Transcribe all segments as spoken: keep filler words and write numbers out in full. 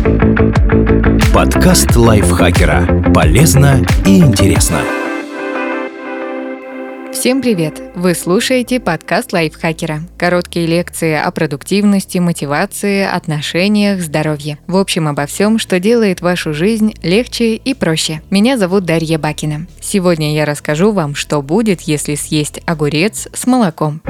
Подкаст лайфхакера. Полезно и интересно. Всем привет! Вы слушаете подкаст лайфхакера. Короткие лекции о продуктивности, мотивации, отношениях, здоровье. В общем, обо всем, что делает вашу жизнь легче и проще. Меня зовут Дарья Бакина. Сегодня я расскажу вам, что будет, если съесть огурец с молоком.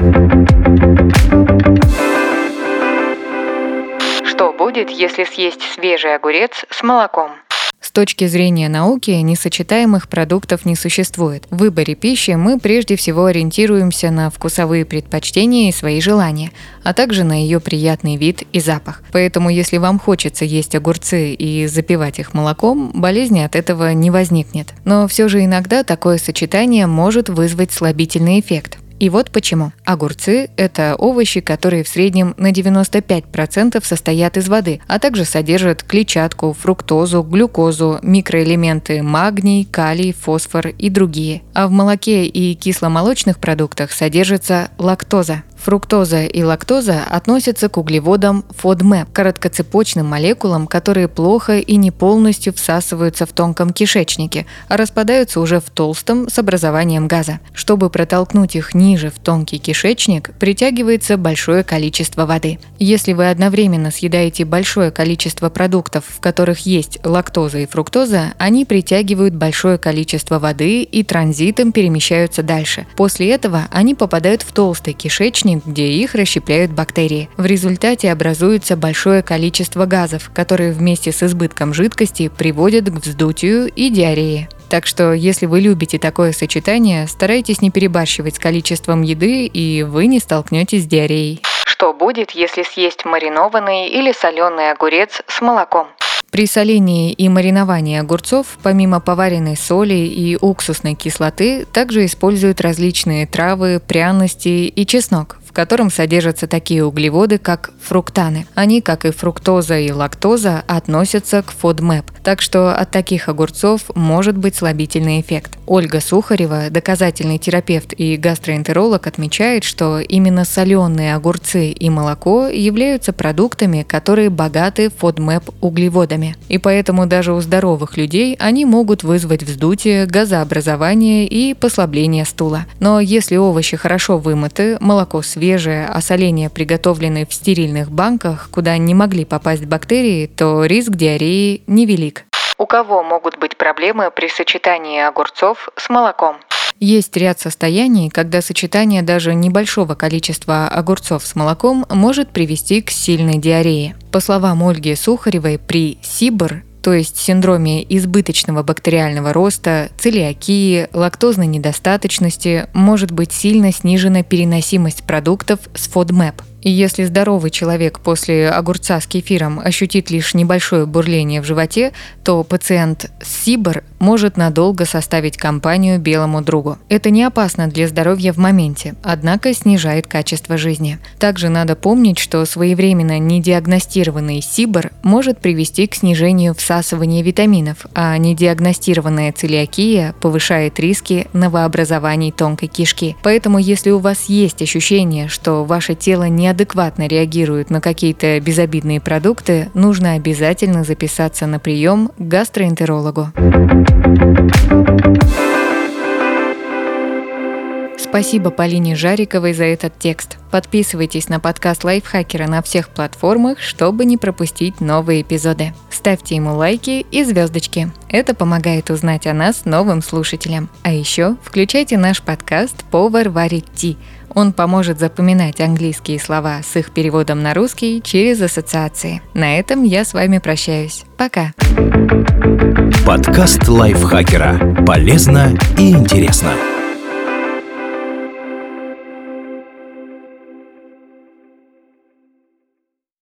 Что будет, если съесть свежий огурец с молоком? С точки зрения науки, несочетаемых продуктов не существует. В выборе пищи мы прежде всего ориентируемся на вкусовые предпочтения и свои желания, а также на ее приятный вид и запах. Поэтому, если вам хочется есть огурцы и запивать их молоком, болезни от этого не возникнет. Но все же иногда такое сочетание может вызвать слабительный эффект. И вот почему. Огурцы – это овощи, которые в среднем на девяносто пять процентов состоят из воды, а также содержат клетчатку, фруктозу, глюкозу, микроэлементы магний, калий, фосфор и другие. А в молоке и кисломолочных продуктах содержится лактоза. Фруктоза и лактоза относятся к углеводам фодмэп, короткоцепочным молекулам, которые плохо и не полностью всасываются в тонком кишечнике, а распадаются уже в толстом с образованием газа. Чтобы протолкнуть их ниже в тонкий кишечник, притягивается большое количество воды. Если вы одновременно съедаете большое количество продуктов, в которых есть лактоза и фруктоза, они притягивают большое количество воды и транзитом перемещаются дальше. После этого они попадают в толстый кишечник, где их расщепляют бактерии. В результате образуется большое количество газов, которые вместе с избытком жидкости приводят к вздутию и диарее. Так что, если вы любите такое сочетание, старайтесь не перебарщивать с количеством еды, и вы не столкнетесь с диареей. Что будет, если съесть маринованный или соленый огурец с молоком? При солении и мариновании огурцов, помимо поваренной соли и уксусной кислоты, также используют различные травы, пряности и чеснок, в котором содержатся такие углеводы, как фруктаны. Они, как и фруктоза и лактоза, относятся к фодмэп, так что от таких огурцов может быть слабительный эффект. Ольга Сухарева, доказательный терапевт и гастроэнтеролог, отмечает, что именно соленые огурцы и молоко являются продуктами, которые богаты фодмэп углеводами. И поэтому даже у здоровых людей они могут вызвать вздутие, газообразование и послабление стула. Но если овощи хорошо вымыты, молоко свежее, а соленья приготовлены в стерильных банках, куда не могли попасть бактерии, то риск диареи невелик. У кого могут быть проблемы при сочетании огурцов с молоком? Есть ряд состояний, когда сочетание даже небольшого количества огурцов с молоком может привести к сильной диарее. По словам Ольги Сухаревой, при СИБР, то есть синдроме избыточного бактериального роста, целиакии, лактозной недостаточности, может быть сильно снижена переносимость продуктов с фодмэп. И если здоровый человек после огурца с кефиром ощутит лишь небольшое бурление в животе, то пациент с СИБР может надолго составить компанию белому другу. Это не опасно для здоровья в моменте, однако снижает качество жизни. Также надо помнить, что своевременно недиагностированный СИБР может привести к снижению всасывания витаминов, а недиагностированная целиакия повышает риски новообразований тонкой кишки. Поэтому, если у вас есть ощущение, что ваше тело не адекватно реагируют на какие-то безобидные продукты, нужно обязательно записаться на прием к гастроэнтерологу. Спасибо Полине Жариковой за этот текст. Подписывайтесь на подкаст Лайфхакера на всех платформах, чтобы не пропустить новые эпизоды. Ставьте ему лайки и звездочки. Это помогает узнать о нас новым слушателям. А еще включайте наш подкаст «Повар варит Ти». Он поможет запоминать английские слова с их переводом на русский через ассоциации. На этом я с вами прощаюсь. Пока. Подкаст лайфхакера. Полезно и интересно.